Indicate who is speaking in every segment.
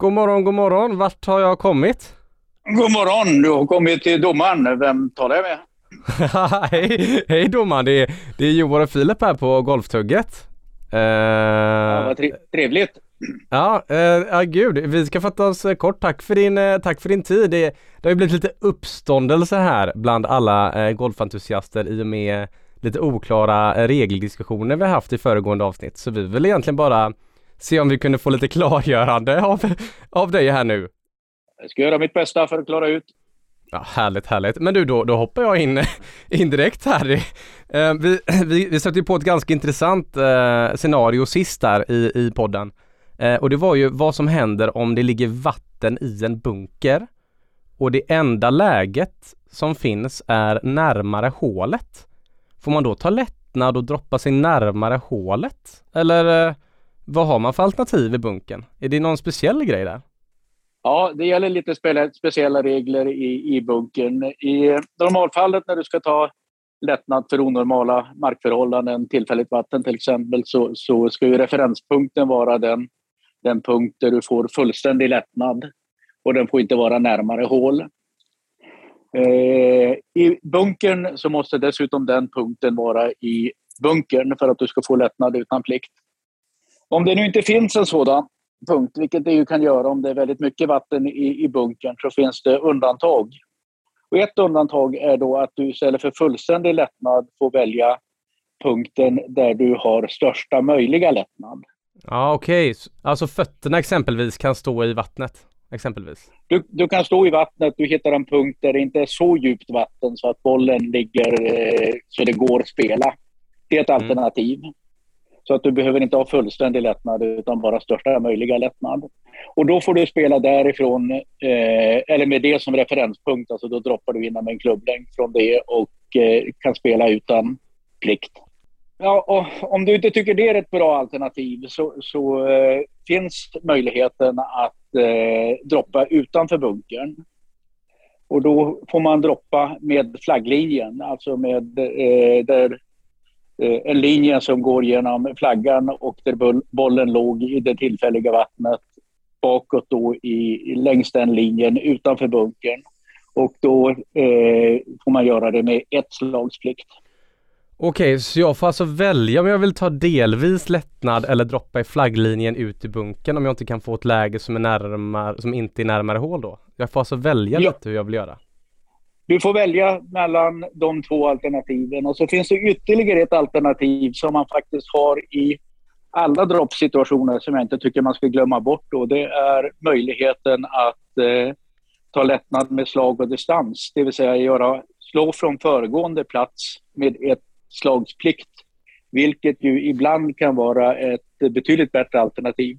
Speaker 1: God morgon. Vart har jag kommit?
Speaker 2: God morgon, du har kommit till domaren. Vem talar jag med?
Speaker 1: Hej domaren, det är Johan och Filip här på Golftugget.
Speaker 2: Ja, vad trevligt.
Speaker 1: Gud, vi ska fatta oss kort. Tack för din tid. Det har ju blivit lite uppståndelse här bland alla golfantusiaster i och med lite oklara regeldiskussioner vi har haft i föregående avsnitt. Så vi vill egentligen bara se om vi kunde få lite klargörande av dig här nu.
Speaker 2: Jag ska göra mitt bästa för att klara ut.
Speaker 1: Ja, härligt. Men du, då hoppar jag in direkt här. Vi satte ju på ett ganska intressant scenario sist där i podden. Och det var ju vad som händer om det ligger vatten i en bunker och det enda läget som finns är närmare hålet. Får man då ta lättnad och droppa sig närmare hålet? Eller vad har man för alternativ i bunkern? Är det någon speciell grej där?
Speaker 2: Ja, det gäller lite speciella regler i bunkern. I normalfallet när du ska ta lättnad för onormala markförhållanden, tillfälligt vatten till exempel, så ska ju referenspunkten vara den punkt där du får fullständig lättnad. Och den får inte vara närmare hål. I bunkern så måste dessutom den punkten vara i bunkern för att du ska få lättnad utan plikt. Om det nu inte finns en sådan punkt, vilket det ju kan göra om det är väldigt mycket vatten i bunkern, så finns det undantag. Och ett undantag är då att du istället för fullständig lättnad får välja punkten där du har största möjliga lättnad.
Speaker 1: Ja, okej. Alltså fötterna exempelvis kan stå i vattnet? Exempelvis.
Speaker 2: Du kan stå i vattnet, du hittar en punkt där det inte är så djupt vatten så att bollen ligger så det går att spela. Det är ett alternativ. Så att du behöver inte ha fullständig lättnad utan bara största möjliga lättnad. Och då får du spela därifrån, eller med det som referenspunkt, alltså då droppar du in med en klubblängd från det och kan spela utan plikt. Ja, och om du inte tycker det är ett bra alternativ så finns möjligheten att droppa utanför bunkern. Och då får man droppa med flagglinjen, alltså med där en linje som går genom flaggan och där bollen låg i det tillfälliga vattnet bakåt då längs den linjen utanför bunkern. Och då får man göra det med ett slagsplikt.
Speaker 1: Okej, så jag får alltså välja om jag vill ta delvis lättnad eller droppa i flagglinjen ut i bunkern om jag inte kan få ett läge som inte är närmare hål då. Jag får alltså välja lite hur jag vill göra.
Speaker 2: Du får välja mellan de två alternativen och så finns det ytterligare ett alternativ som man faktiskt har i alla droppsituationer som jag inte tycker man ska glömma bort då. Det är möjligheten att ta lättnad med slag och distans, det vill säga slå från föregående plats med ett slagsplikt, vilket ju ibland kan vara ett betydligt bättre alternativ.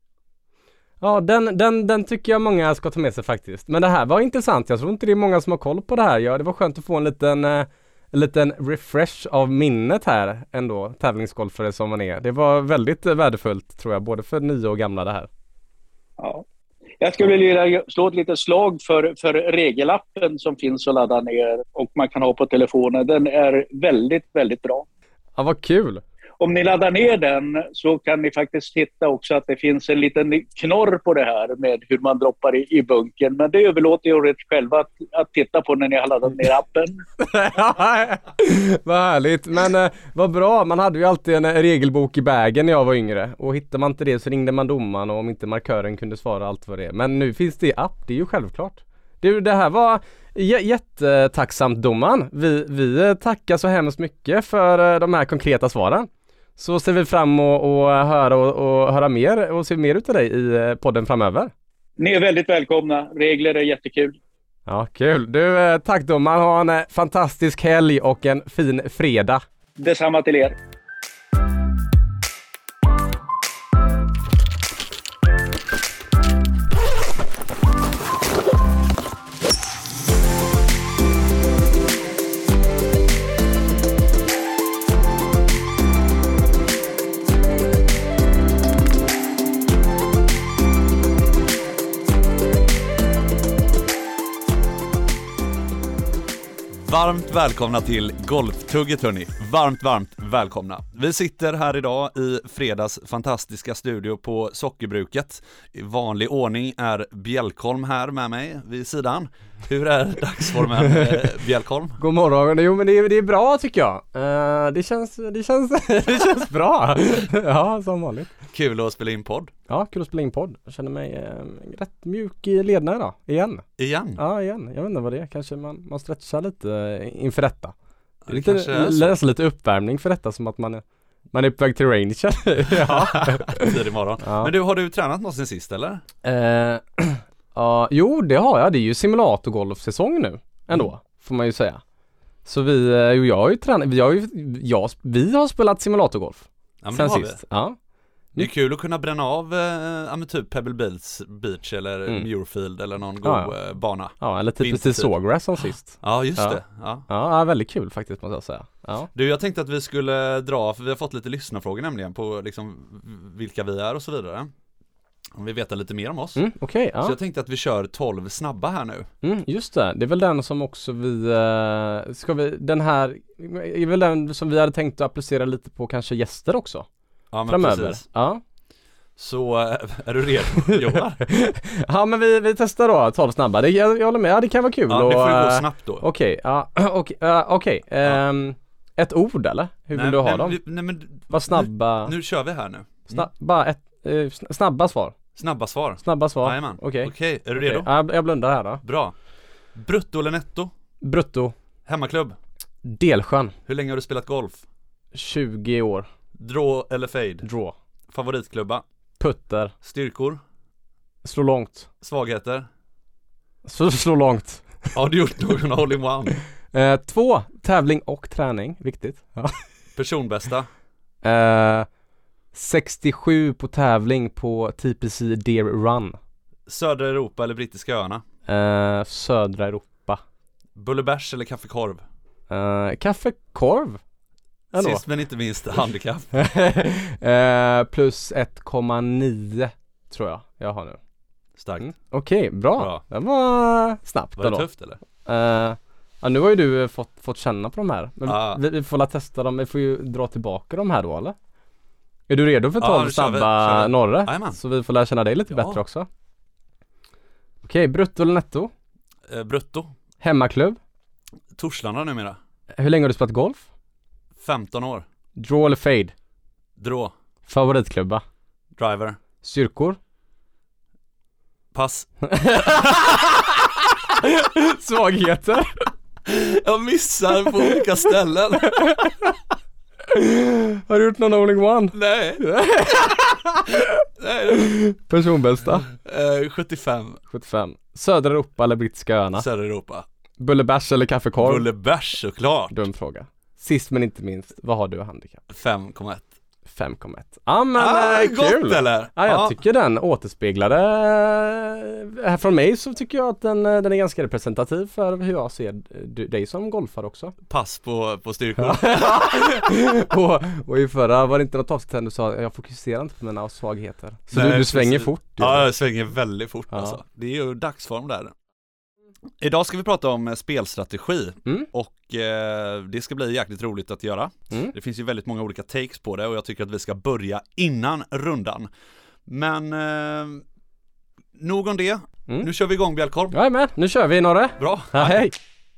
Speaker 1: Ja, den tycker jag många ska ta med sig faktiskt. Men det här var intressant. Jag tror inte det är många som har koll på det här. Ja, det var skönt att få en liten refresh av minnet här ändå, tävlingsgolfare som man är. Det var väldigt värdefullt tror jag, både för nya och gamla det här.
Speaker 2: Ja. Jag skulle vilja slå ett litet slag för regelappen som finns att ladda ner och man kan ha på telefonen. Den är väldigt, väldigt bra.
Speaker 1: Ja, vad kul!
Speaker 2: Om ni laddar ner den så kan ni faktiskt hitta också att det finns en liten knorr på det här med hur man droppar i bunken. Men det överlåter jag er själva att titta på när ni har laddat ner appen.
Speaker 1: Vad härligt. Men vad bra. Man hade ju alltid en regelbok i bagen när jag var yngre. Och hittar man inte det så ringde man domaren och om inte markören kunde svara allt vad det är. Men nu finns det i app. Det är ju självklart. Det här var jättetacksamt domaren. Vi tackar så hemskt mycket för de här konkreta svaren. Så ser vi fram och höra mer och se mer utav dig i podden framöver.
Speaker 2: Ni är väldigt välkomna. Regler är jättekul.
Speaker 1: Ja, kul. Du, tack domaren. Ha en fantastisk helg och en fin fredag.
Speaker 2: Detsamma till er.
Speaker 3: Varmt välkomna till Golftugget hörni. Varmt välkomna. Vi sitter här idag i fredags fantastiska studio på Sockerbruket. I vanlig ordning är Bjelkholm här med mig vid sidan. Hur är dagsformen, Bjelkholm?
Speaker 1: God morgon. Jo, men det är bra tycker jag. Det känns det känns bra. Ja, som vanligt.
Speaker 3: Kul att spela in podd.
Speaker 1: Ja, kul att spela in podd. Jag känner mig rätt mjuk i lederna idag. Igen. Ja, igen. Jag vet inte vad det är. Kanske man stretchar lite inför detta. Det är lite uppvärmning för detta, som att man är på väg till range. Ja.
Speaker 3: Tid imorgon. Ja. Men har du tränat något sen sist eller?
Speaker 1: Jo, det har jag. Det är ju simulatorgolfsäsong nu ändå, får man ju säga. Så jag har ju tränat, vi har spelat simulatorgolf sen sist. Ja.
Speaker 3: Det är kul att kunna bränna av typ Pebble Beach eller Muirfield eller någon god bana.
Speaker 1: Ja, eller typ Sawgrass som sist.
Speaker 3: Ja, just det.
Speaker 1: Ja, väldigt kul faktiskt måste jag säga. Ja.
Speaker 3: Du, jag tänkte att vi skulle dra, för vi har fått lite lyssnarfrågor nämligen på liksom vilka vi är och så vidare. Om vi vet lite mer om oss.
Speaker 1: Okay,
Speaker 3: Så jag tänkte att vi kör 12 snabba här nu.
Speaker 1: Just det, det är väl den som också den här är väl den som vi hade tänkt att applicera lite på kanske gäster också.
Speaker 3: Ja, men
Speaker 1: framöver.
Speaker 3: Precis.
Speaker 1: Ja.
Speaker 3: Så är du redo, Johan?
Speaker 1: Ja, men vi testar då 12 snabba. Jag håller med, det kan vara kul.
Speaker 3: Ja, det får gå snabbt då.
Speaker 1: Okej. Ett ord eller? Hur vill du ha dem? Vad snabba?
Speaker 3: Nu kör vi här nu.
Speaker 1: Snabba svar.
Speaker 3: Snabba svar.
Speaker 1: Jajamän. Okej,
Speaker 3: är du redo?
Speaker 1: Jag blundar här då.
Speaker 3: Bra. Brutto eller netto?
Speaker 1: Brutto.
Speaker 3: Hemmaklubb?
Speaker 1: Delsjön.
Speaker 3: Hur länge har du spelat golf?
Speaker 1: 20 år.
Speaker 3: Draw eller fade?
Speaker 1: Draw.
Speaker 3: Favoritklubba?
Speaker 1: Putter.
Speaker 3: Styrkor?
Speaker 1: Slå långt.
Speaker 3: Svagheter?
Speaker 1: Slå långt.
Speaker 3: Har du gjort någon hole-in-one?
Speaker 1: 2. Tävling och träning. Viktigt. Ja.
Speaker 3: Personbästa?
Speaker 1: 67 på tävling på TPC Deer Run.
Speaker 3: Södra Europa eller Brittiska öarna?
Speaker 1: Södra Europa.
Speaker 3: Bullebärs eller kaffekorv?
Speaker 1: Kaffekorv. Ändå.
Speaker 3: Sist men inte minst handikapp.
Speaker 1: Plus 1,9 tror jag har nu.
Speaker 3: Starkt.
Speaker 1: Okej, bra. Det var snabbt.
Speaker 3: Var det tufft eller?
Speaker 1: Nu har ju du fått känna på de här. Men vi får la testa dem. Vi får ju dra tillbaka de här då, eller? Är du redo för 12 snabba norra?
Speaker 3: Jajamän.
Speaker 1: Så vi får lära känna dig lite bättre också. Okej, brutto eller netto?
Speaker 3: Brutto.
Speaker 1: Hemmaklubb?
Speaker 3: Torslanda numera.
Speaker 1: Hur länge har du spelat golf?
Speaker 3: 15 år.
Speaker 1: Draw eller fade?
Speaker 3: Draw.
Speaker 1: Favoritklubba?
Speaker 3: Driver.
Speaker 1: Styrkor?
Speaker 3: Pass.
Speaker 1: Svagheter?
Speaker 3: Jag missar på olika ställen.
Speaker 1: Har du gjort någon hole-in-one?
Speaker 3: Nej.
Speaker 1: Personbästa?
Speaker 3: 75.
Speaker 1: Södra Europa eller Brittiska öarna?
Speaker 3: Södra Europa.
Speaker 1: Bullebärs eller kaffekorv?
Speaker 3: Bullebärs såklart.
Speaker 1: Dum fråga. Sist men inte minst, vad har du handikapp?
Speaker 3: 5,1.
Speaker 1: 5,1. Ja, men kul.
Speaker 3: Gott eller?
Speaker 1: Ja, jag tycker den återspeglade här från mig, så tycker jag att den är ganska representativ för hur jag ser dig som golfare också.
Speaker 3: Pass på styrkor.
Speaker 1: och i förra var det inte något avsnitt du sa jag fokuserar inte på mina svagheter. Så du svänger fort.
Speaker 3: Ja, jag svänger väldigt fort alltså. Det är ju dagsform där. Idag ska vi prata om spelstrategi och det ska bli jäkligt roligt att göra. Det finns ju väldigt många olika takes på det och jag tycker att vi ska börja innan rundan. Men nog om det. Nu kör vi igång, Bjelkholm.
Speaker 1: Jag är med, nu kör vi Norre.
Speaker 3: Bra.
Speaker 1: Hej.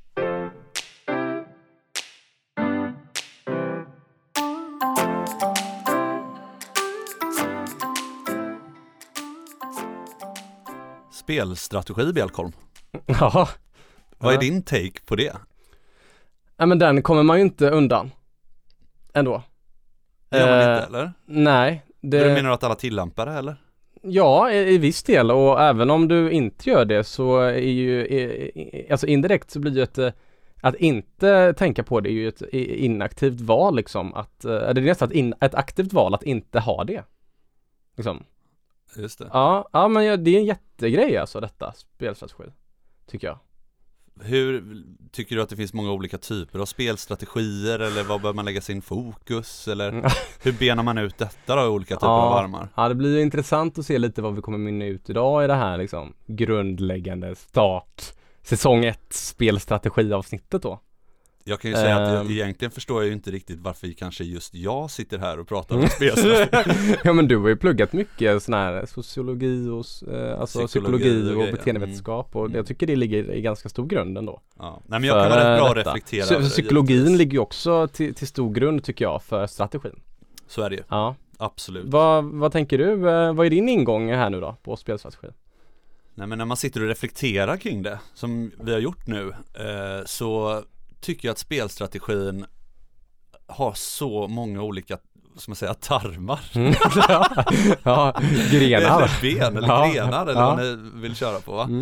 Speaker 3: Spelstrategi, Bjelkholm.
Speaker 1: Ja.
Speaker 3: Vad är din take på det?
Speaker 1: Ja, men den kommer man ju inte undan. Ändå.
Speaker 3: Gör man inte, eller?
Speaker 1: Nej.
Speaker 3: Du menar att alla tillämpar det, eller?
Speaker 1: Ja, i viss del. Och även om du inte gör det så är ju alltså indirekt så blir det att inte tänka på det är ju ett inaktivt val liksom. Det är nästan ett aktivt val att inte ha det. Liksom.
Speaker 3: Just det.
Speaker 1: Ja, men det är en jättegrej alltså detta spelstrategi, tycker jag.
Speaker 3: Hur tycker du att det finns många olika typer av spelstrategier, eller vad bör man lägga sin fokus, eller hur benar man ut detta då i olika typer av armar?
Speaker 1: Ja, det blir ju intressant att se lite vad vi kommer minna ut idag i det här liksom grundläggande start säsong 1 spelstrategiavsnittet då.
Speaker 3: Jag kan ju säga att egentligen förstår jag ju inte riktigt varför kanske just jag sitter här och pratar om spelstrategi.
Speaker 1: Ja, men du har ju pluggat mycket sån här sociologi och alltså psykologi och beteendevetenskap och jag tycker det ligger i ganska stor grund ändå.
Speaker 3: Ja. Nej, men jag kan vara rätt bra att reflektera.
Speaker 1: Psykologin ligger ju också till stor grund tycker jag för strategin.
Speaker 3: Så är det ju.
Speaker 1: Ja.
Speaker 3: Absolut.
Speaker 1: Vad tänker du? Vad är din ingång här nu då på spelstrategi?
Speaker 3: Nej, men när man sitter och reflekterar kring det som vi har gjort nu så tycker jag att spelstrategin har så många olika, ska man säga, tarmar.
Speaker 1: Ja, grenar.
Speaker 3: Eller ben eller grenar eller vad ni vill köra på, va?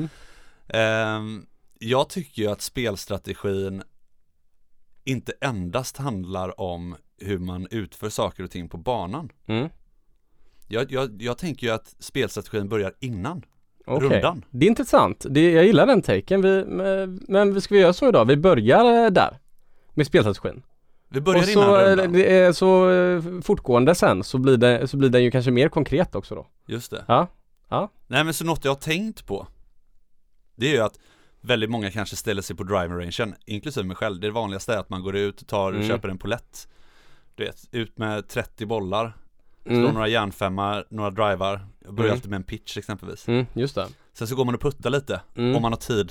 Speaker 3: Jag tycker ju att spelstrategin inte endast handlar om hur man utför saker och ting på banan. Jag tänker ju att spelstrategin börjar innan rundan. Det är
Speaker 1: intressant. Jag gillar den taken. Men vi ska göra så idag. Vi börjar där med spelstrategin.
Speaker 3: Vi börjar innan rundan.
Speaker 1: Det är så fortgående sen så blir det ju kanske mer konkret också då.
Speaker 3: Just det.
Speaker 1: Ja.
Speaker 3: Nej, men så något jag har tänkt på, det är ju att väldigt många kanske ställer sig på driver rangen, inklusive mig själv. Det vanligaste är att man går ut och köper en polett. Du vet, ut med 30 bollar. Slår några järnfemmar, några drivar. Jag börjar alltid med en pitch exempelvis.
Speaker 1: Just det.
Speaker 3: Sen så går man och puttar lite om man har tid.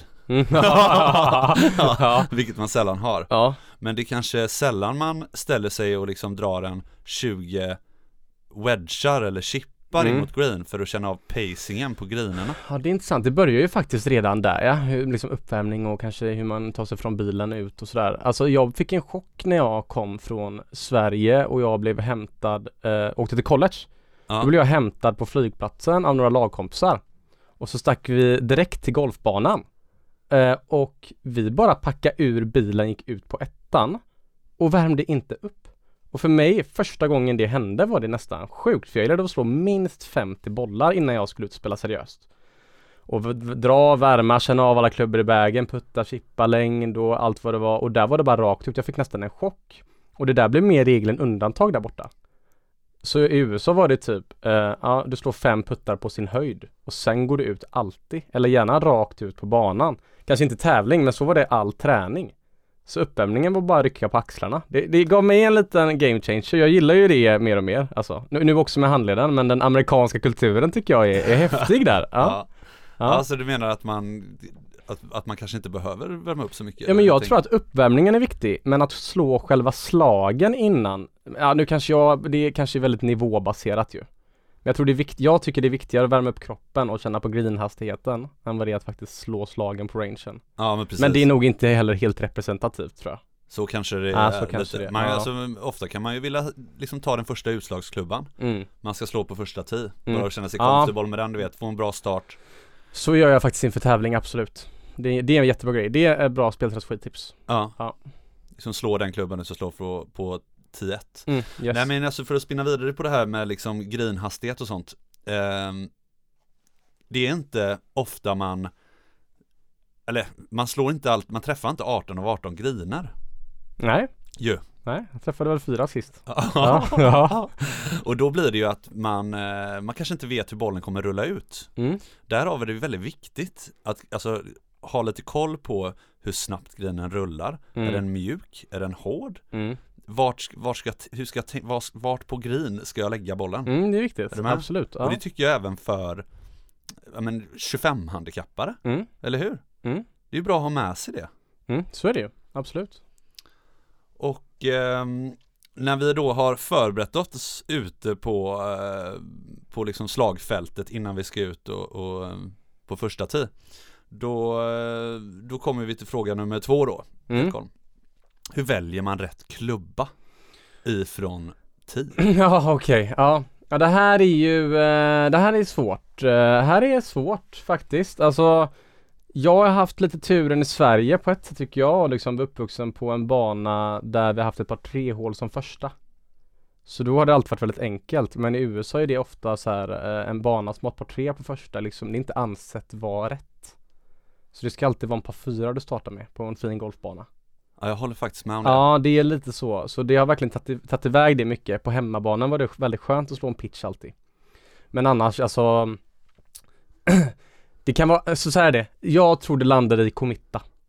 Speaker 3: Vilket man sällan har.
Speaker 1: Ja.
Speaker 3: Men det är kanske sällan man ställer sig och liksom drar en 20 wedgar eller chippar in mot green för att känna av pacingen på greenerna.
Speaker 1: Ja, det är intressant. Det börjar ju faktiskt redan där, ja. Liksom uppvärmning och kanske hur man tar sig från bilen ut och sådär. Alltså jag fick en chock när jag kom från Sverige och jag blev hämtad, åkte till college. Ja. Då blev jag hämtad på flygplatsen av några lagkompisar. Och så stack vi direkt till golfbanan. Och vi bara packade ur bilen, gick ut på ettan och värmde inte upp. Och för mig, första gången det hände var det nästan sjukt. För jag gillade att slå minst 50 bollar innan jag skulle ut och spela seriöst. Och dra, värma, känna av alla klubbor i vägen, putta, chippa, längd och allt vad det var. Och där var det bara rakt ut. Jag fick nästan en chock. Och det där blev mer regel än undantag där borta. Så i USA var det typ, du slår 5 puttar på sin höjd. Och sen går du ut alltid. Eller gärna rakt ut på banan. Kanske inte tävling, men så var det all träning. Så uppvärmningen var bara rycka på axlarna. Det gav mig en liten game changer. Jag gillar ju det mer och mer. Alltså, nu också med handledaren, men den amerikanska kulturen tycker jag är häftig där. Ja.
Speaker 3: Alltså du menar att man kanske inte behöver värma upp så mycket?
Speaker 1: Ja, men jag tror att uppvärmningen är viktig, men att slå själva slagen innan. Ja, nu kanske det kanske är väldigt nivåbaserat ju. Men jag tror jag tycker det är viktigare att värma upp kroppen och känna på greenhastigheten än vad det är att faktiskt slå slagen på rangen.
Speaker 3: Ja, men precis.
Speaker 1: Men det är nog inte heller helt representativt, tror jag.
Speaker 3: Så kanske det är. Alltså, ofta kan man ju vilja liksom ta den första utslagsklubban. Man ska slå på första tee. Bara känna sig comfortable med den, du vet. Få en bra start.
Speaker 1: Så gör jag faktiskt inför tävling, absolut. Det är en jättebra grej. Det är bra spelstrategitips.
Speaker 3: Ja. Liksom slå den klubban och så slå på 10-1.
Speaker 1: Yes.
Speaker 3: Nej, men alltså för att spinna vidare på det här med liksom greenhastighet och sånt. Det är inte ofta man slår inte allt, man träffar inte 18 av 18 greener.
Speaker 1: Nej.
Speaker 3: Jo.
Speaker 1: Nej, jag träffade väl 4 sist.
Speaker 3: Ja. Och då blir det ju att man kanske inte vet hur bollen kommer rulla ut. Därav är det väldigt viktigt att alltså ha lite koll på hur snabbt greenen rullar. Är den mjuk? Är den hård? Vart på green ska jag lägga bollen?
Speaker 1: Det är viktigt, absolut. Ja.
Speaker 3: Och det tycker jag även för 25-handikappare. Eller hur? Det är ju bra att ha med sig det.
Speaker 1: Så är det ju, absolut.
Speaker 3: Och när vi då har förberett oss ute på liksom slagfältet innan vi ska ut och på första tee, då kommer vi till fråga nummer 2 då. Hur väljer man rätt klubba ifrån tee?
Speaker 1: Ja, okej. Ja, det här är ju det här är svårt. Här är svårt faktiskt. Alltså jag har haft lite turen i Sverige på ett sätt tycker jag, och liksom uppvuxen på en bana där vi har haft ett par 3-hål som första. Så då har det alltid varit väldigt enkelt, men i USA är det ofta så här en bana som har ett par 3 på första, liksom det är inte ansett vara rätt. Så det ska alltid vara en par 4 du startar med på en fin golfbana.
Speaker 3: Ja, jag håller faktiskt med om det.
Speaker 1: Ja, det är lite så. Så det har verkligen tagit iväg det mycket. På hemmabanan var det väldigt skönt att slå en pitch alltid. Men annars, alltså det kan vara, så är det. Jag tror det landar i committa.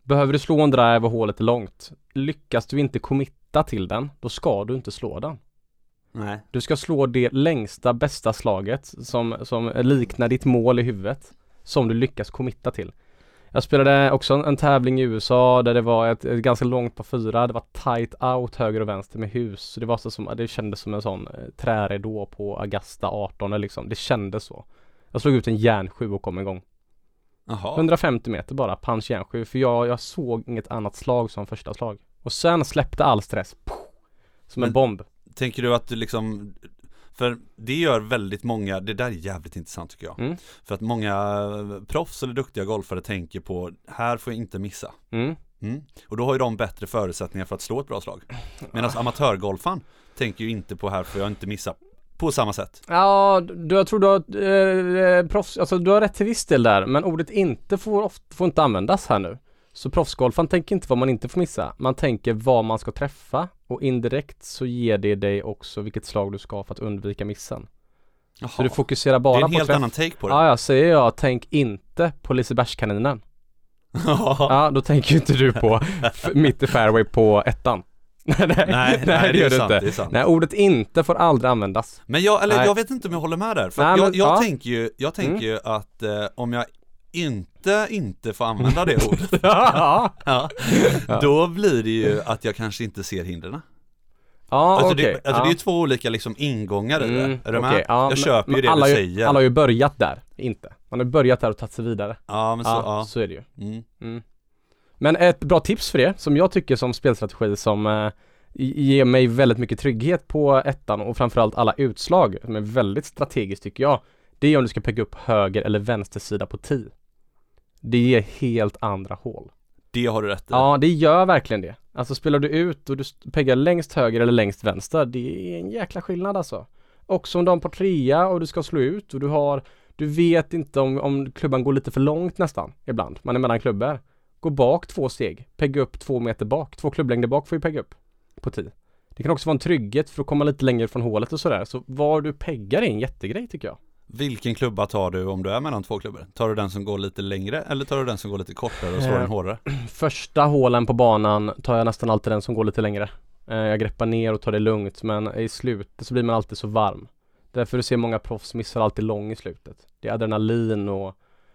Speaker 1: Behöver du slå en drive och hålet är långt, lyckas du inte committa till den, då ska du inte slå den.
Speaker 3: Nej.
Speaker 1: Du ska slå det längsta, bästa slaget som liknar ditt mål i huvudet, som du lyckas committa till. Jag spelade också en tävling i USA där det var ett ganska långt par 4. Det var tight out höger och vänster med hus. Det var det kändes som en sån träridå på Augusta 18 liksom. Det kändes så. Jag slog ut en järnsju och kom igång.
Speaker 3: Aha.
Speaker 1: 150 meter bara, punch järnsju. För jag såg inget annat slag som första slag. Och sen släppte all stress. Som en bomb.
Speaker 3: Tänker du att du liksom... För det gör väldigt många, det där är jävligt intressant tycker jag. För att många proffs eller duktiga golfare tänker på, här får jag inte missa. Och då har ju de bättre förutsättningar för att slå ett bra slag. Medan amatörgolfaren tänker ju inte på, här får jag inte missa på samma sätt.
Speaker 1: Ja, jag tror du har proffs, alltså du har rätt till viss del där, men ordet inte får inte användas här nu. Så proffsgolfaren tänker inte vad man inte får missa. Man tänker vad man ska träffa, och indirekt så ger det dig också vilket slag du ska för att undvika missen.
Speaker 3: Jaha.
Speaker 1: Så du fokuserar bara på träff.
Speaker 3: Det är en helt annan take på det.
Speaker 1: Ja, säger jag, tänk inte på Lisebergskaninen. Ja, då tänker ju inte du på mitt i fairway på ettan. nej, det gör du inte.
Speaker 3: Det är sant.
Speaker 1: Nej, ordet inte får aldrig användas.
Speaker 3: Men jag vet inte om jag håller med där. För jag tänker ju att om jag inte får använda det ordet då blir det ju att jag kanske inte ser hindren.
Speaker 1: Ja,
Speaker 3: det är ju två olika liksom ingångar i det. Är du med? Jag köper ju det
Speaker 1: du
Speaker 3: säger.
Speaker 1: Alla har ju börjat där, inte. Man har börjat där och tagit sig vidare.
Speaker 3: Ja, men
Speaker 1: så är det ju. Men ett bra tips för det, som jag tycker som spelstrategi som ger mig väldigt mycket trygghet på ettan, och framförallt alla utslag som är väldigt strategiskt tycker jag, det är om du ska pegga upp höger eller vänster sida på 10. Det ger helt andra hål.
Speaker 3: Det har du rätt i.
Speaker 1: Ja, det gör verkligen det. Alltså spelar du ut och du peggar längst höger eller längst vänster, det är en jäkla skillnad alltså. Också om du har en par 3 och du ska slå ut och du vet inte om klubban går lite för långt nästan ibland. Man är mellan klubbor. Gå bak 2 steg, pegga upp 2 meter bak, 2 klubblängder bak får ju pegga upp på 10. Det kan också vara en trygghet för att komma lite längre från hålet och sådär. Så var du peggar är en jättegrej tycker jag.
Speaker 3: Vilken klubba tar du om du är mellan 2 klubbor? Tar du den som går lite längre eller tar du den som går lite kortare och slår den hårdare?
Speaker 1: Första hålen på banan tar jag nästan alltid den som går lite längre. Jag greppar ner och tar det lugnt, men i slutet så blir man alltid så varm. Därför du ser många proffs missar alltid lång i slutet. Det är adrenalin och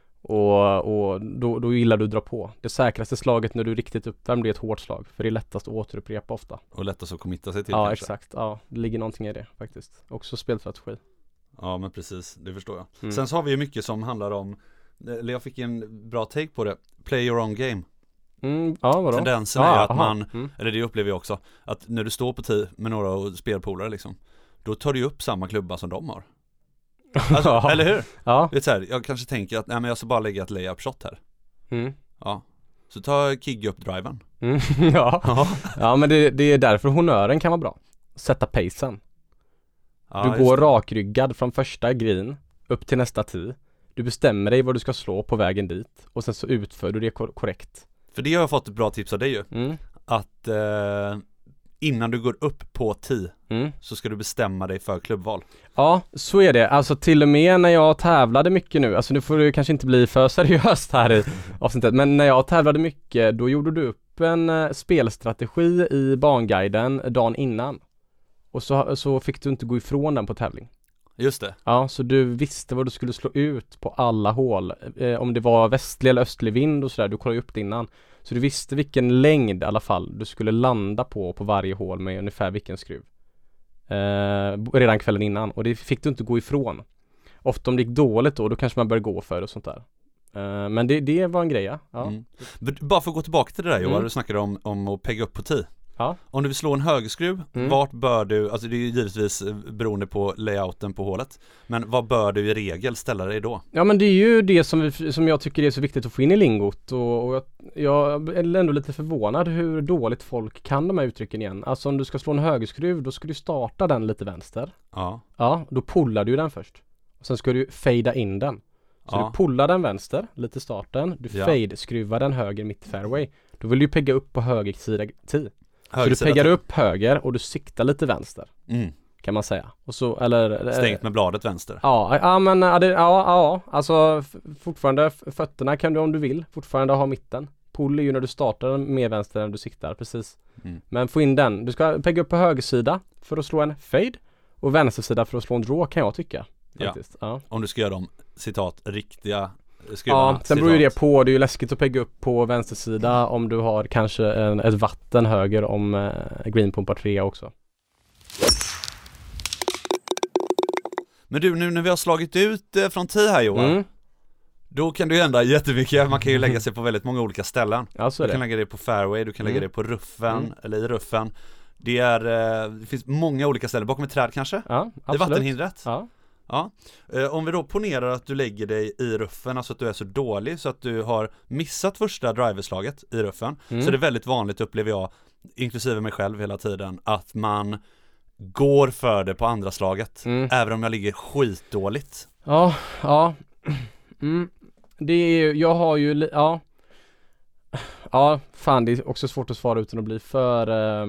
Speaker 1: då gillar du att dra på. Det säkraste slaget när du är riktigt uppvärmd är ett hårt slag, för det är lättast att återupprepa ofta.
Speaker 3: Och lättast att committa sig till.
Speaker 1: Ja,
Speaker 3: kanske.
Speaker 1: Exakt. Ja, det ligger någonting i det faktiskt. Också spelstrategi.
Speaker 3: Ja, men precis, det förstår jag. Sen så har vi ju mycket som handlar om, eller jag fick en bra take på det, play your own game.
Speaker 1: Ja, vadå?
Speaker 3: Tendensen är att man, eller det upplever jag också, att när du står på 10 med några spelpolare liksom, då tar du upp samma klubba som de har. Alltså, eller hur?
Speaker 1: Ja.
Speaker 3: Det är så här, jag kanske tänker att nej, men jag ska bara lägga ett layup shot här. Ja. Så ta kigga upp driven.
Speaker 1: Ja, men det är därför honören kan vara bra. Sätta pacen. Du går rakryggad från första green upp till nästa 10. Du bestämmer dig vad du ska slå på vägen dit, och sen så utför du det korrekt.
Speaker 3: För det har jag fått ett bra tips av dig ju. Att innan du går upp på 10 så ska du bestämma dig för klubbval.
Speaker 1: Ja, så är det. Alltså till och med när jag tävlade mycket nu, alltså nu får du kanske inte bli för seriöst här i avsnittet, men när jag tävlade mycket, då gjorde du upp en spelstrategi i banguiden dagen innan. Och så fick du inte gå ifrån den på tävling.
Speaker 3: Just det.
Speaker 1: Ja, så du visste vad du skulle slå ut på alla hål. Om det var västlig eller östlig vind och sådär, du kollade upp det innan. Så du visste vilken längd i alla fall du skulle landa på varje hål med ungefär vilken skruv. Redan kvällen innan. Och det fick du inte gå ifrån. Ofta om det gick dåligt då kanske man började gå för och sånt där. Men det var en grej, ja.
Speaker 3: Bara för att gå tillbaka till det där Johan, du snackade om att pegga upp på 10.
Speaker 1: Ja.
Speaker 3: Om du vill slå en högerskruv, vart bör du, alltså det är ju givetvis beroende på layouten på hålet, men vad bör du i regel ställa dig då?
Speaker 1: Ja, men det är ju det som jag tycker är så viktigt att få in i lingot, och jag är ändå lite förvånad hur dåligt folk kan de här uttrycken igen. Alltså om du ska slå en högerskruv, då ska du starta den lite vänster. Ja, då pullar du den först. Och sen ska du fejda in den. Så du pullar den vänster, lite starten, du fade-skruvar den höger mitt i fairway. Då vill du pegga upp på höger sida 10. Så du peggar upp höger och du siktar lite vänster. Kan man säga. Och så, eller
Speaker 3: stängt med bladet vänster.
Speaker 1: Men alltså fortfarande fötterna kan du, om du vill, fortfarande ha mitten. Pull är ju när du startar med vänster än du siktar, precis. Men få in den. Du ska pegga upp på högersida för att slå en fade och vänstersida för att slå en draw, kan jag tycka. Faktiskt. Ja.
Speaker 3: Om du ska göra dem, citat, riktiga
Speaker 1: skruvarna. Ja, sen beror ju det på. Det är ju läskigt att pegga upp på vänstersida om du har kanske ett vatten höger om green på par 3 också.
Speaker 3: Men du, nu när vi har slagit ut från 10 här, Johan, då kan du ändra jättemycket. Man kan ju lägga sig på väldigt många olika ställen.
Speaker 1: Ja, så är
Speaker 3: du kan lägga det på fairway, du kan lägga det på ruffen eller i ruffen. Det finns många olika ställen. Bakom ett träd kanske?
Speaker 1: Ja, absolut.
Speaker 3: I vattenhindret?
Speaker 1: Ja.
Speaker 3: Ja. Om vi då ponerar att du lägger dig i ruffen, alltså att du är så dålig så att du har missat första driverslaget i ruffen, så är det väldigt vanligt, upplever jag, inklusive mig själv hela tiden, att man går för det på andra slaget, även om jag ligger skitdåligt.
Speaker 1: Ja. Det är, jag har ju, fan, det är också svårt att svara utan att bli för...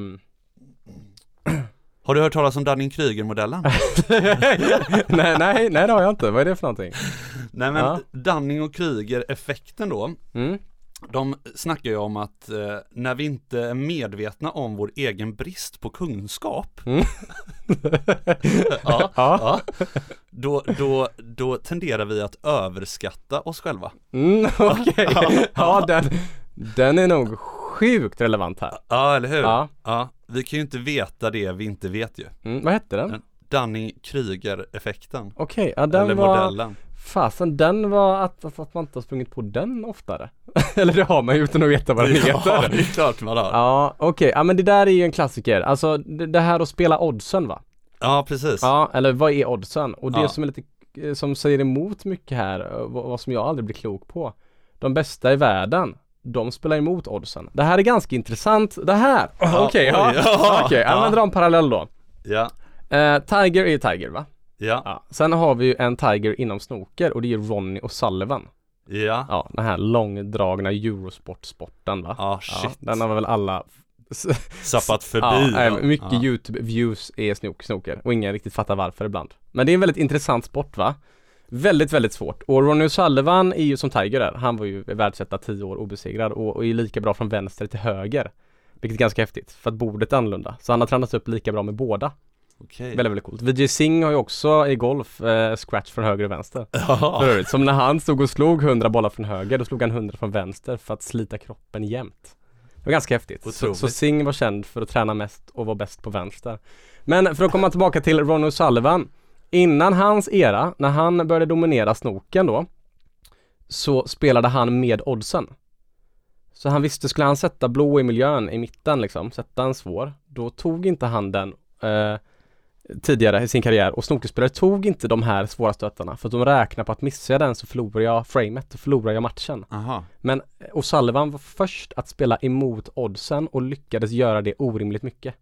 Speaker 3: Har du hört talas om Dunning-Kruger-modellen?
Speaker 1: nej, det har jag inte. Vad är det för någonting?
Speaker 3: Nej, men Dunning och Kruger-effekten då, de snackar ju om att när vi inte är medvetna om vår egen brist på kunskap, då tenderar vi att överskatta oss själva.
Speaker 1: Okej. Ja, den är nog sjukt relevant här.
Speaker 3: Ja, eller hur? Ja. Vi kan ju inte veta det vi inte vet ju.
Speaker 1: Vad hette den?
Speaker 3: Dunning-Kruger-effekten.
Speaker 1: Okej, ja, den eller var... modellen. Fasen, den var att man inte har sprungit på den oftare. Eller det har man ju utan att veta vad den heter.
Speaker 3: Ja, det är klart man har.
Speaker 1: Ja, okej. Ja, men det där är ju en klassiker. Alltså, det här att spela oddsen, va?
Speaker 3: Ja, precis.
Speaker 1: Ja, eller vad är oddsen? Och det som är lite, som säger emot mycket här, vad som jag aldrig blir klok på. De bästa i världen, de spelar emot oddsen. Det här är ganska intressant. Det här. Okej, men dra en parallell då.
Speaker 3: Ja.
Speaker 1: Tiger är Tiger, va?
Speaker 3: Ja.
Speaker 1: Sen har vi ju en Tiger inom snooker och det är Ronnie O'Sullivan.
Speaker 3: Ja.
Speaker 1: Den här långdragna Eurosport-sporten, va?
Speaker 3: Ja, shit.
Speaker 1: Den har väl alla
Speaker 3: sappat förbi.
Speaker 1: Mycket YouTube-views är snooker och ingen riktigt fattar varför ibland. Men det är en väldigt intressant sport, va? Väldigt, väldigt svårt. Och Ronnie O'Sullivan är ju som Tiger där. Han var ju världsetta 10 år obesegrad och är lika bra från vänster till höger. Vilket är ganska häftigt, för att bordet är annorlunda. Så han har tränat upp lika bra med båda.
Speaker 3: Okej.
Speaker 1: Väldigt, väldigt coolt. Vijay Singh har ju också i golf scratch från höger och vänster. För övrigt, som när han stod och slog 100 bollar från höger, då slog han 100 från vänster för att slita kroppen jämt. Det var ganska häftigt. Så Singh var känd för att träna mest och vara bäst på vänster. Men för att komma tillbaka till Ronnie O'Sullivan. Innan hans era, när han började dominera snoken då, så spelade han med oddsen. Så han visste, skulle han sätta blå i miljön i mitten liksom, sätta en svår, då tog inte han den tidigare i sin karriär, och snookerspelare tog inte de här svåra stötarna för att de räknar på att missar jag den så förlorar jag framet och förlorar jag matchen.
Speaker 3: Aha.
Speaker 1: Men O'Sullivan var först att spela emot oddsen och lyckades göra det orimligt mycket.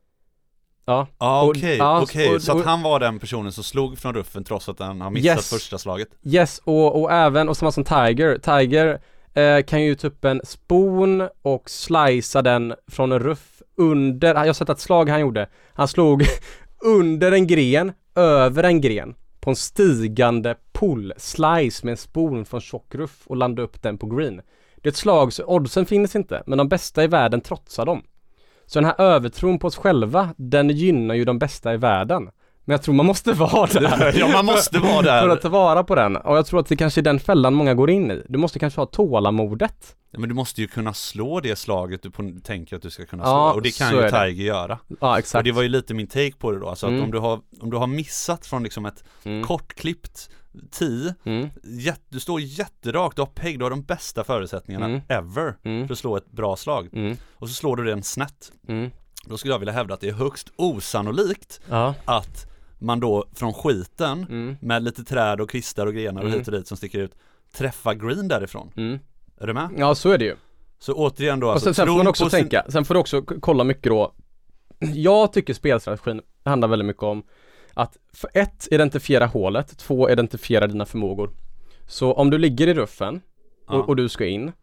Speaker 1: Ja.
Speaker 3: Okej. Så att han var den personen som slog från ruffen trots att han har missat första slaget.
Speaker 1: Yes, och även, och samma som Tiger kan ju ta upp en spon och slicea den från en ruff under, jag har sett ett slag han gjorde. Han slog under en gren, över en gren, på en stigande pull slice med en spon från tjock ruff och landade upp den på green. Det är ett slag, så oddsen finns inte, men de bästa i världen trotsar dem. Så den här övertron på oss själva, den gynnar ju de bästa i världen. Men jag tror man måste vara där.
Speaker 3: Ja, man måste vara där.
Speaker 1: För att ta vara på den. Och jag tror att det kanske är den fällan många går in i. Du måste kanske ha tålamodet.
Speaker 3: Ja, men du måste ju kunna slå det slaget du tänker att du ska kunna slå. Och det kan ju Tiger göra.
Speaker 1: Ja, exakt.
Speaker 3: Och det var ju lite min take på det då. Alltså att om du har missat från liksom ett kortklippt 10, du står jätterakt, du har pegg, du har de bästa förutsättningarna ever för att slå ett bra slag. Och så slår du den snett. Då skulle jag vilja hävda att det är högst osannolikt att man då från skiten med lite träd och kvistar och grenar och hit och dit som sticker ut träffar green därifrån. Är du med?
Speaker 1: Ja, så är det ju.
Speaker 3: Så återigen då,
Speaker 1: och sen får man också tänka, sen får du också kolla mycket då. Jag tycker spelstrategin handlar väldigt mycket om att för 1, identifiera hålet, 2, identifiera dina förmågor. Så om du ligger i ruffen och du ska in,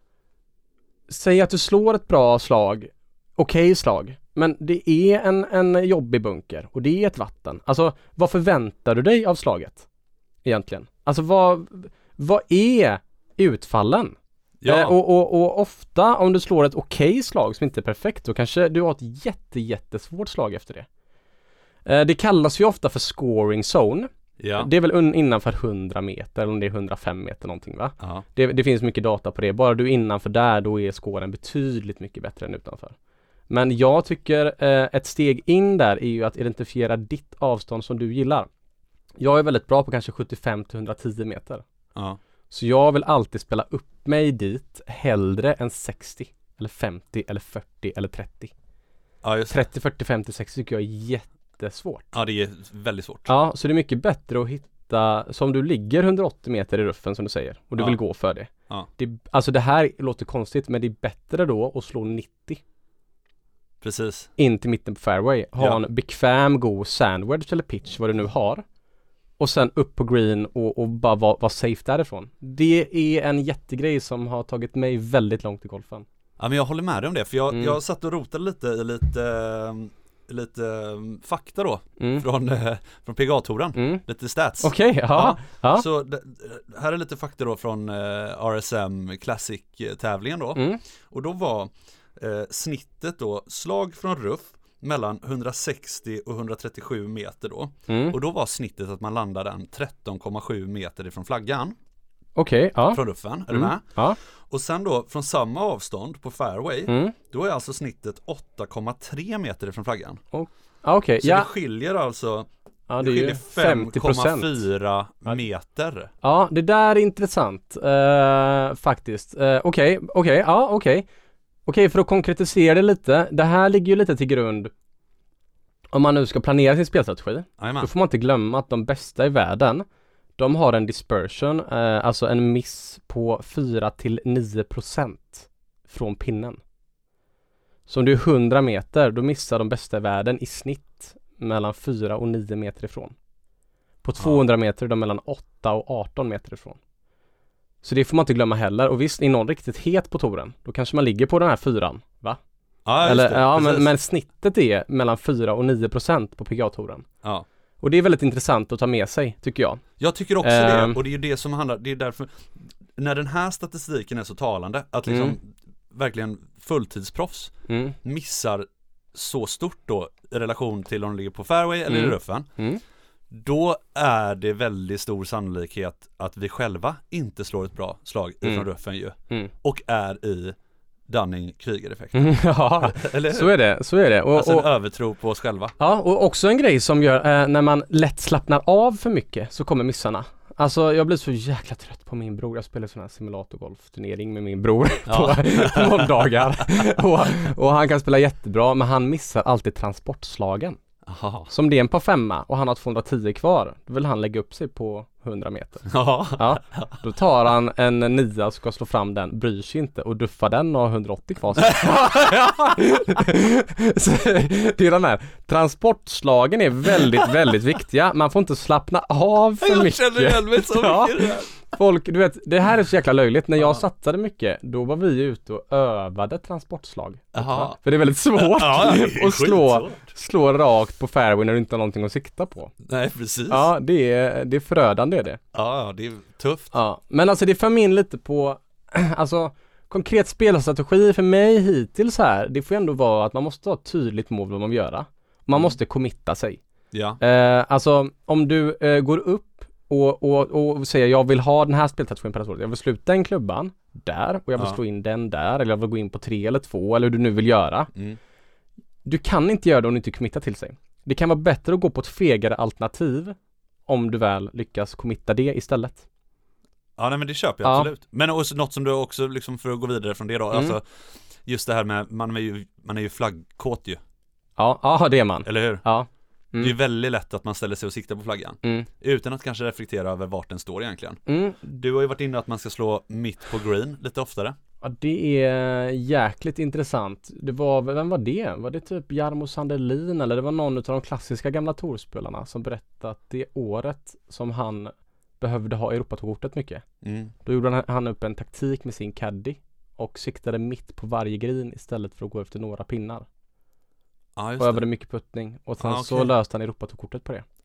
Speaker 1: säg att du slår ett bra slag, okej slag, men det är en jobbig bunker och det är ett vatten. Alltså, vad förväntar du dig av slaget egentligen? Alltså, vad är utfallen? Ja. Och ofta om du slår ett okej slag som inte är perfekt, då kanske du har ett jättesvårt slag efter det. Det kallas ju ofta för scoring zone.
Speaker 3: Ja.
Speaker 1: Det är väl innanför 100 meter eller om det är 105 meter någonting, va?
Speaker 3: Ja.
Speaker 1: Det finns mycket data på det. Bara du är innanför där, då är scoren betydligt mycket bättre än utanför. Men jag tycker ett steg in där är ju att identifiera ditt avstånd som du gillar. Jag är väldigt bra på kanske 75-110 meter.
Speaker 3: Ja.
Speaker 1: Så jag vill alltid spela upp mig dit hellre än 60 eller 50 eller 40 eller 30.
Speaker 3: Ja, just
Speaker 1: 30, 40, 50, 60 tycker jag är jättesvårt.
Speaker 3: Ja, det är väldigt svårt.
Speaker 1: Ja, så det är mycket bättre att hitta, som du ligger 180 meter i ruffen som du säger, och du vill gå för det.
Speaker 3: Ja.
Speaker 1: Alltså det här låter konstigt, men det är bättre då att slå 90.
Speaker 3: Precis.
Speaker 1: In till mitten på fairway. Ha en bekväm, god sandwich eller pitch, vad du nu har. Och sen upp på green och bara vara safe därifrån. Det är en jättegrej som har tagit mig väldigt långt i golfen.
Speaker 3: Ja, men jag håller med dig om det, för jag satt och rotade lite i lite fakta då från PGA-touren, lite stats.
Speaker 1: Okej, ja.
Speaker 3: Så här är lite fakta då från RSM Classic-tävlingen då. Och då var snittet då slag från ruff mellan 160 och 137 meter då. Och då var snittet att man landade den 13,7 meter ifrån flaggan.
Speaker 1: Okej, ja.
Speaker 3: Från ruffen, är du med?
Speaker 1: Ja.
Speaker 3: Och sen då från samma avstånd på fairway, då är alltså snittet 8,3 meter ifrån flaggan.
Speaker 1: Okej,
Speaker 3: så det skiljer alltså det skiljer 5,4 meter.
Speaker 1: Ja, det där är intressant faktiskt. Okej, för att konkretisera det lite. Det här ligger ju lite till grund om man nu ska planera sin spelstrategi. Då får man inte glömma att de bästa i världen, de har en dispersion, alltså en miss på 4-9% från pinnen. Så om du är 100 meter, då missar de bästa i världen i snitt mellan 4 och 9 meter ifrån. På 200 meter är de mellan 8 och 18 meter ifrån. Så det får man inte glömma heller. Och visst, är någon riktigt het på touren, då kanske man ligger på den här 4, va?
Speaker 3: Ja,
Speaker 1: eller, men snittet är mellan 4 och 9% på PGA-touren.
Speaker 3: Ja.
Speaker 1: Och det är väldigt intressant att ta med sig, tycker jag.
Speaker 3: Jag tycker också det, och det är ju det som handlar, det är därför, när den här statistiken är så talande, att liksom verkligen fulltidsproffs missar så stort då i relation till om de ligger på fairway eller i ruffen, då är det väldigt stor sannolikhet att vi själva inte slår ett bra slag ifrån ruffen ju, och är i Dunning-Kruger-effekten.
Speaker 1: Ja,
Speaker 3: eller
Speaker 1: så är det.
Speaker 3: Och en övertro på oss själva.
Speaker 1: Ja, och också en grej som gör när man lätt slappnar av för mycket, så kommer missarna. Alltså jag blir så jäkla trött på min bror. Jag spelar sån här simulatorgolfturnering med min bror på måndagar. och han kan spela jättebra, men han missar alltid transportslagen.
Speaker 3: Aha.
Speaker 1: Som det är en par 5 och han har 210 kvar, då vill han lägga upp sig på 100 meter. Ja. Då tar han en 9 och ska slå fram den, bryr sig inte och duffar den och har 180 kvar. Så det är den här transportslagen är väldigt, väldigt viktiga. Man får inte slappna av för mycket.
Speaker 3: Jag känner igen mig så mycket.
Speaker 1: Folk, du vet, det här är så jäkla löjligt. När jag satsade mycket, då var vi ute och övade transportslag. För det är väldigt svårt att slå rakt på fairway när du inte har någonting att sikta på.
Speaker 3: Nej, precis.
Speaker 1: Ja, det är förödande är det.
Speaker 3: Ja, det är tufft.
Speaker 1: Ja, men alltså det för min lite på, alltså konkret spelstrategi för mig hittills här, det får ändå vara att man måste ha ett tydligt mål vad man vill göra. Man måste committa sig.
Speaker 3: Ja.
Speaker 1: Alltså om du går upp och säger jag vill ha den här spelstrategin på det här året. Jag vill sluta den klubban där och jag vill slå in den där, eller jag vill gå in på 3 eller 2 eller hur du nu vill göra. Du kan inte göra det om du inte committar till sig. Det kan vara bättre att gå på ett fegare alternativ om du väl lyckas committa det istället.
Speaker 3: Ja, nej, men det köper jag absolut. Men också något som du också liksom, för att gå vidare från det då, alltså just det här med man är ju flaggkåt ju.
Speaker 1: Ja, det är man.
Speaker 3: Eller hur?
Speaker 1: Ja.
Speaker 3: Det är väldigt lätt att man ställer sig och siktar på flaggan utan att kanske reflektera över vart den står egentligen. Du har ju varit inne att man ska slå mitt på green lite oftare.
Speaker 1: Ja, det är jäkligt intressant. Vem var det? Var det typ Jarmo Sandelin eller det var någon av de klassiska gamla tourspelarna som berättade att det året som han behövde ha Europatourkortet mycket. Då gjorde han upp en taktik med sin caddy och siktade mitt på varje green istället för att gå efter några pinnar. Och övade mycket puttning och sen så löste han Europatourkortet på det.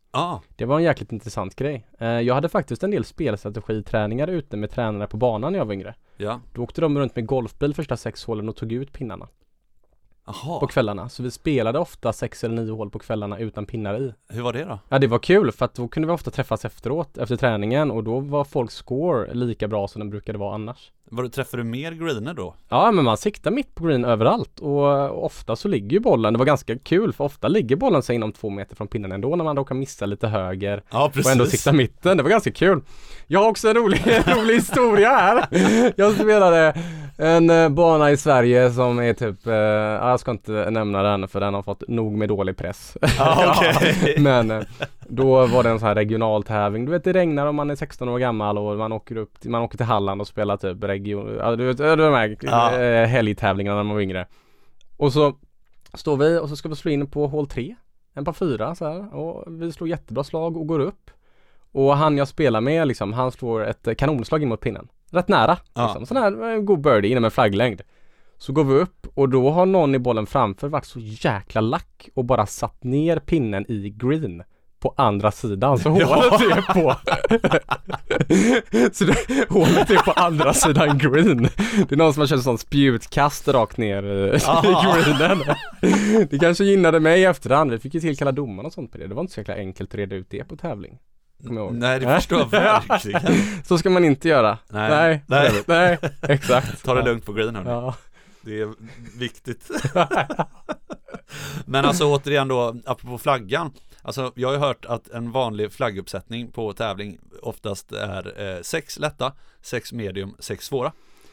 Speaker 1: Det var en jäkligt intressant grej. Jag hade faktiskt en del spelstrategiträningar ute med tränare på banan när jag var yngre.
Speaker 3: Ja.
Speaker 1: Då åkte de runt med golfbil första 6 hålen och tog ut pinnarna.
Speaker 3: Aha.
Speaker 1: På kvällarna. Så vi spelade ofta 6 eller 9 hål på kvällarna utan pinnar i.
Speaker 3: Hur var det då?
Speaker 1: Ja, det var kul för att då kunde vi ofta träffas efteråt, efter träningen, och då var folks score lika bra som den brukade vara annars.
Speaker 3: Träffade du mer greener då?
Speaker 1: Ja, men man siktar mitt på green överallt och ofta så ligger ju bollen, det var ganska kul för ofta ligger bollen sig inom 2 meter från pinnen ändå när man råkar missa lite höger och ändå sikta mitten. Det var ganska kul. Jag har också en rolig historia här. Jag spelade en bana i Sverige som är typ, jag ska inte nämna den för den har fått nog med dålig press.
Speaker 3: Okay.
Speaker 1: Men då var det en sån här regional tävling. Du vet, det regnar om man är 16 år gammal och man åker till Halland och spelar typ du vet, de här helgtävlingarna när man var yngre. Och så står vi och så ska vi slå in på hål 3, en par 4 så här, och vi slår jättebra slag och går upp. Och han jag spelar med liksom, han slår ett kanonslag in mot pinnen. Rätt nära. Liksom. Sån här god birdie inom en flagglängd. Så går vi upp och då har någon i bollen framför varit så jäkla lack och bara satt ner pinnen i green på andra sidan. Så hålet är på så hålet är på andra sidan green. Det är någon som har kört en sån spjutkast rakt ner i greenen. Det kanske gynnade mig i efterhand. Vi fick ju tillkalla domaren och sånt på det. Det var inte så jäkla enkelt att reda ut det på tävling.
Speaker 3: Nej, det förstår jag verkligen.
Speaker 1: Så ska man inte göra. Nej, exakt.
Speaker 3: Ta det lugnt på green, hörni.
Speaker 1: Ja.
Speaker 3: Det är viktigt. Men alltså återigen då, apropå flaggan. Alltså jag har ju hört att en vanlig flagguppsättning på tävling oftast är 6 lätta, 6 medium, 6 svåra.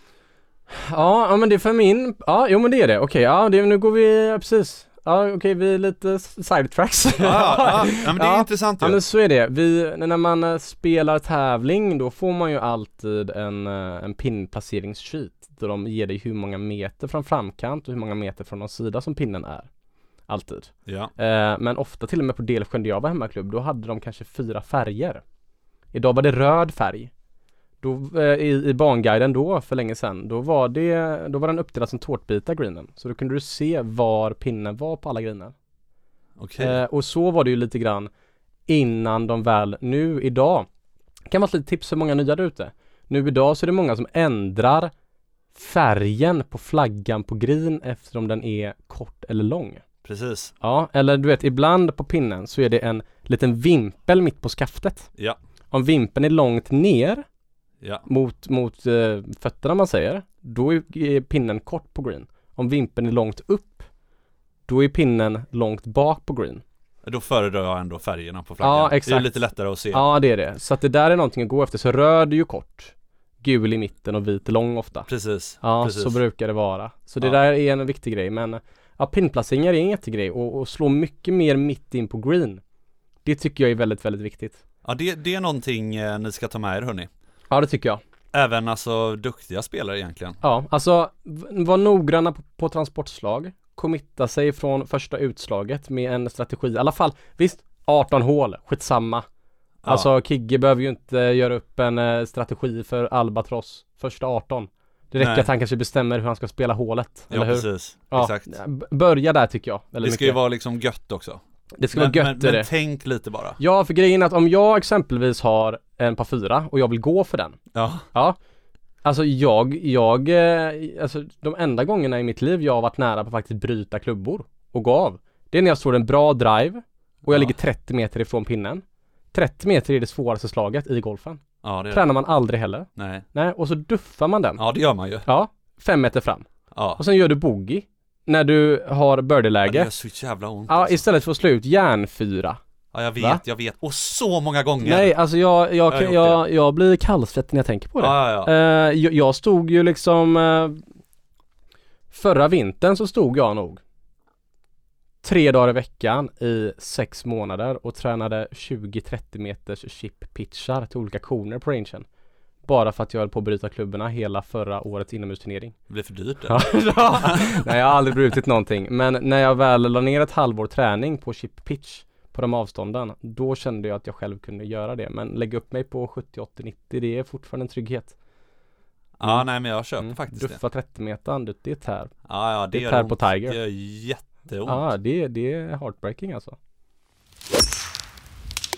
Speaker 1: Ja, men det är för min... Ja, jo men det är det. Okej, ja, nu går vi... precis. Ja, okej, vi är lite sidetracks.
Speaker 3: Ja, men det är intressant ju.
Speaker 1: Ja, men så är det. När man spelar tävling, då får man ju alltid en pinplaceringssheet. Där de ger dig hur många meter från framkant och hur många meter från någon sida som pinnen är. Alltid.
Speaker 3: Ja.
Speaker 1: Men ofta till och med på Delsjön där jag var hemmaklubb, då hade de kanske 4 färger. Idag var det röd färg. Då, i banguiden då, för länge sedan, då var den uppdelad som tårtbitar greenen. Så då kunde du se var pinnen var på alla greener.
Speaker 3: Okay.
Speaker 1: Och så var det ju lite grann innan de väl, nu idag, kan vara ett litet tips för många nya där ute. Nu idag så är det många som ändrar färgen på flaggan på green efter om den är kort eller lång.
Speaker 3: Precis.
Speaker 1: Ja, eller du vet, ibland på pinnen så är det en liten vimpel mitt på skaftet.
Speaker 3: Ja.
Speaker 1: Om vimpeln är långt ner mot fötterna man säger, då är pinnen kort på green. Om vimpeln är långt upp, då är pinnen långt bak på green.
Speaker 3: Då föredrar jag ändå färgerna på flaggan.
Speaker 1: Ja, exakt.
Speaker 3: Det är lite lättare att se.
Speaker 1: Ja, det är det. Så att det där är någonting att gå efter. Så röd är ju kort, gul i mitten och vit är lång ofta.
Speaker 3: Precis.
Speaker 1: Ja,
Speaker 3: precis.
Speaker 1: Så brukar det vara. Så det där är en viktig grej. Men pinplaceringar är en jättegrej. Och slå mycket mer mitt in på green. Det tycker jag är väldigt, väldigt viktigt.
Speaker 3: Ja, det är någonting ni ska ta med er, hörni.
Speaker 1: Ja, det tycker jag.
Speaker 3: Även alltså duktiga spelare egentligen.
Speaker 1: Ja, alltså var noggranna på transportslag. Committa sig från första utslaget med en strategi. I alla fall, visst, 18 hål, skitsamma. Ja. Alltså Kigge behöver ju inte göra upp en strategi för Albatross första 18. Det räcker att han kanske bestämmer hur han ska spela hålet.
Speaker 3: Ja,
Speaker 1: eller hur?
Speaker 3: Precis.
Speaker 1: Ja,
Speaker 3: exakt.
Speaker 1: Börja där tycker jag.
Speaker 3: Det ska ju vara liksom gött också.
Speaker 1: Det ska vara gött
Speaker 3: men tänk lite bara.
Speaker 1: Ja, för grejen är att om jag exempelvis har en par 4 och jag vill gå för den. Ja. Alltså alltså de enda gångerna i mitt liv jag har varit nära på att faktiskt bryta klubbor och gå av. Det är när jag slår en bra drive och jag ligger 30 meter ifrån pinnen. 30 meter är det svåraste slaget i golfen.
Speaker 3: Ja, det
Speaker 1: tränar man aldrig heller.
Speaker 3: Nej,
Speaker 1: och så duffar man den.
Speaker 3: Ja, det gör man ju.
Speaker 1: Ja, 5 meter fram.
Speaker 3: Ja.
Speaker 1: Och sen gör du bogey när du har birdie-läge.
Speaker 3: Ja, det gör så jävla ont.
Speaker 1: Ja, alltså. Istället för att slå ut järnfyra.
Speaker 3: Ja, jag vet. Och så många gånger.
Speaker 1: Nej, alltså jag blir kallsvettig när jag tänker på det.
Speaker 3: Ja.
Speaker 1: Jag stod ju liksom förra vintern så stod jag nog 3 dagar i veckan i 6 månader och tränade 20-30 meters chip pitchar till olika koner på rangen. Bara för att jag höll på att bryta klubborna hela förra årets inomhusturnering.
Speaker 3: Det blev för dyrt det.
Speaker 1: Nej, jag har aldrig brutit någonting. Men när jag väl la ner ett halvår träning på chip pitch på de avstånden, då kände jag att jag själv kunde göra det. Men lägga upp mig på 70, 80, 90, det är fortfarande en trygghet.
Speaker 3: Ja, nej men jag köper faktiskt
Speaker 1: duffa 30 meter, det är tär.
Speaker 3: Ja,
Speaker 1: det är tär på Tiger.
Speaker 3: Det gör jätteont.
Speaker 1: Ja, det är heartbreaking alltså.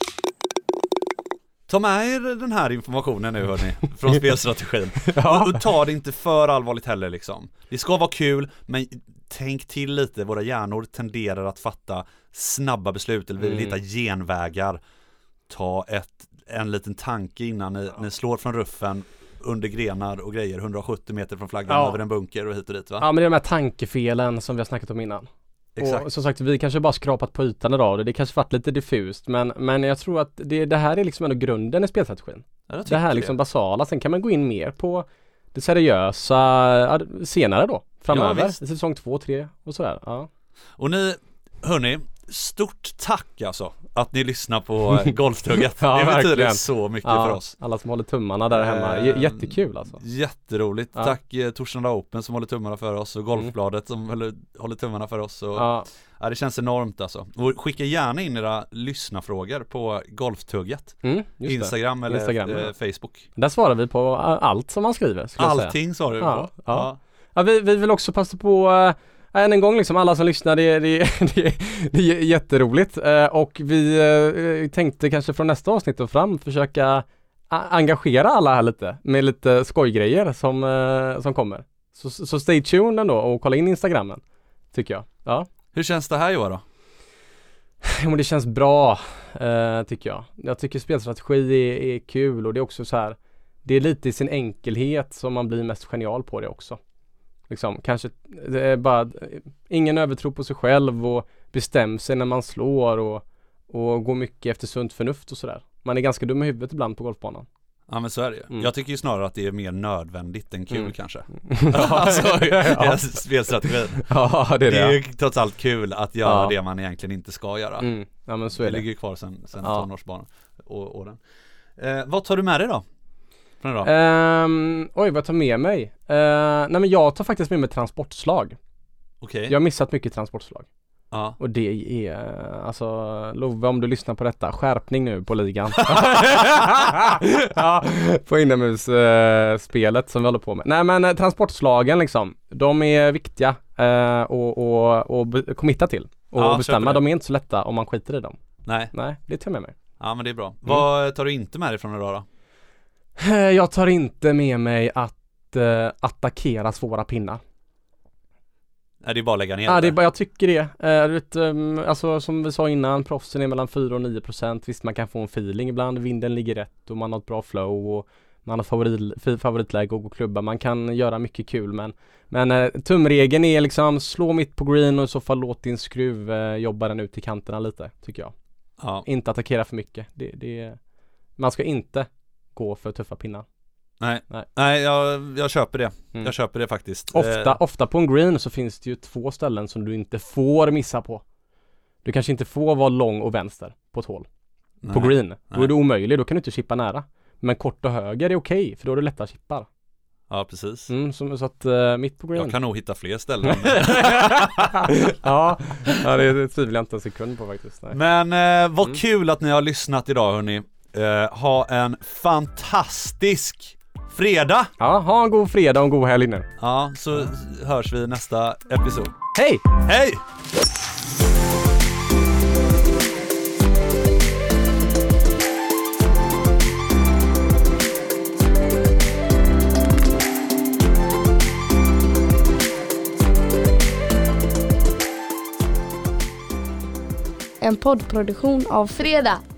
Speaker 3: Ta med er den här informationen nu hörni, från spelstrategin. Och ta det inte för allvarligt heller liksom. Det ska vara kul, men tänk till lite. Våra hjärnor tenderar att fatta snabba beslut, eller vi vill hitta genvägar. Ta en liten tanke innan ni slår från ruffen under grenar och grejer 170 meter från flaggan över en bunker och hit och dit, va?
Speaker 1: Ja, men det är de här tankefelen som vi har snackat om innan. Exakt. Och som sagt, vi kanske bara skrapat på ytan idag. Det kanske varit lite diffust, men jag tror att det här är liksom ändå grunden i spelstrategin. Det här är liksom basala. Sen kan man gå in mer på det seriösa senare då, framöver. Säsong 2, 3 och sådär. Ja.
Speaker 3: Och ni, hörni, stort tack alltså att ni lyssnar på Golftugget. Det betyder verkligen så mycket för oss.
Speaker 1: Alla som håller tummarna där hemma. Jättekul alltså.
Speaker 3: Jätteroligt. Tack Torslanda Open som håller tummarna för oss och Golfbladet som håller tummarna för oss. Och, det känns enormt alltså. Och skicka gärna in era lyssnarfrågor på Golftugget. Instagram eller Facebook.
Speaker 1: Där svarar vi på allt som man skriver.
Speaker 3: Allting svarar vi på.
Speaker 1: Ja, vi vill också passa på än en gång liksom alla som lyssnar, det är jätteroligt och vi tänkte kanske från nästa avsnitt och fram försöka engagera alla här lite med lite skojgrejer som kommer. Så stay tuned ändå och kolla in Instagrammen, tycker jag. Ja.
Speaker 3: Hur känns det här Johan då?
Speaker 1: Ja, men det känns bra, tycker jag. Jag tycker spelstrategi är kul och det är också så här, det är lite i sin enkelhet som man blir mest genial på det också. Liksom, kanske det är bara ingen övertro på sig själv och bestämmer sig när man slår och går mycket efter sunt förnuft och sådär. Man är ganska dum i huvudet ibland på golfbanan.
Speaker 3: Ja, men så är det ju. Jag tycker ju snarare att det är mer nödvändigt än kul kanske. Spelstrategin.
Speaker 1: Ja, det
Speaker 3: är ju trots allt kul att göra det man egentligen inte ska göra.
Speaker 1: Ja, men så är det.
Speaker 3: Ligger kvar sen tonårsbarn och åren. Vad tar du med dig då?
Speaker 1: Vad jag tar med mig? Nej, men jag tar faktiskt med mig transportslag.
Speaker 3: Okay.
Speaker 1: Jag har missat mycket transportslag.
Speaker 3: Ja.
Speaker 1: Och det är alltså Love, om du lyssnar på detta, skärpning nu på ligan. På inomhusspelet som vi håller på med. Nej, men transportslagen liksom, de är viktiga och committa till och bestämma. De är inte så lätta om man skiter i dem.
Speaker 3: Nej,
Speaker 1: det tar jag med mig.
Speaker 3: Ja, men det är bra. Vad tar du inte med dig från idag då?
Speaker 1: Jag tar inte med mig att attackera svåra pinnar.
Speaker 3: Nej, det är bara att lägga ner.
Speaker 1: Ja, det är bara, jag tycker det. Alltså som vi sa innan, proffsen är mellan 4 och 9%. Visst, man kan få en feeling ibland. Vinden ligger rätt och man har ett bra flow och man har favoritläge och gå klubba. Man kan göra mycket kul, men tumregeln är liksom slå mitt på green och i så fall låt din skruv jobba den ut i kanterna lite, tycker jag.
Speaker 3: Ja.
Speaker 1: Inte attackera för mycket. Man ska inte gå för tuffa pinnar.
Speaker 3: Nej, jag köper det. Jag köper det faktiskt.
Speaker 1: Ofta på en green så finns det ju 2 ställen som du inte får missa på. Du kanske inte får vara lång och vänster på ett hål. På green. Då är det omöjligt, då kan du inte chippa nära. Men kort och höger är okej, för då är det lättare chippar.
Speaker 3: Ja, precis.
Speaker 1: Så att mitt på green.
Speaker 3: Jag kan nog hitta fler ställen.
Speaker 1: ja, det tvivlar jag inte en sekund på faktiskt. Nej.
Speaker 3: Men vad kul att ni har lyssnat idag, hörni. Ha en fantastisk fredag.
Speaker 1: Ja, ha en god fredag och en god helg nu.
Speaker 3: Ja, så hörs vi i nästa episod.
Speaker 1: Hej!
Speaker 3: Hej!
Speaker 4: En poddproduktion av Fredag.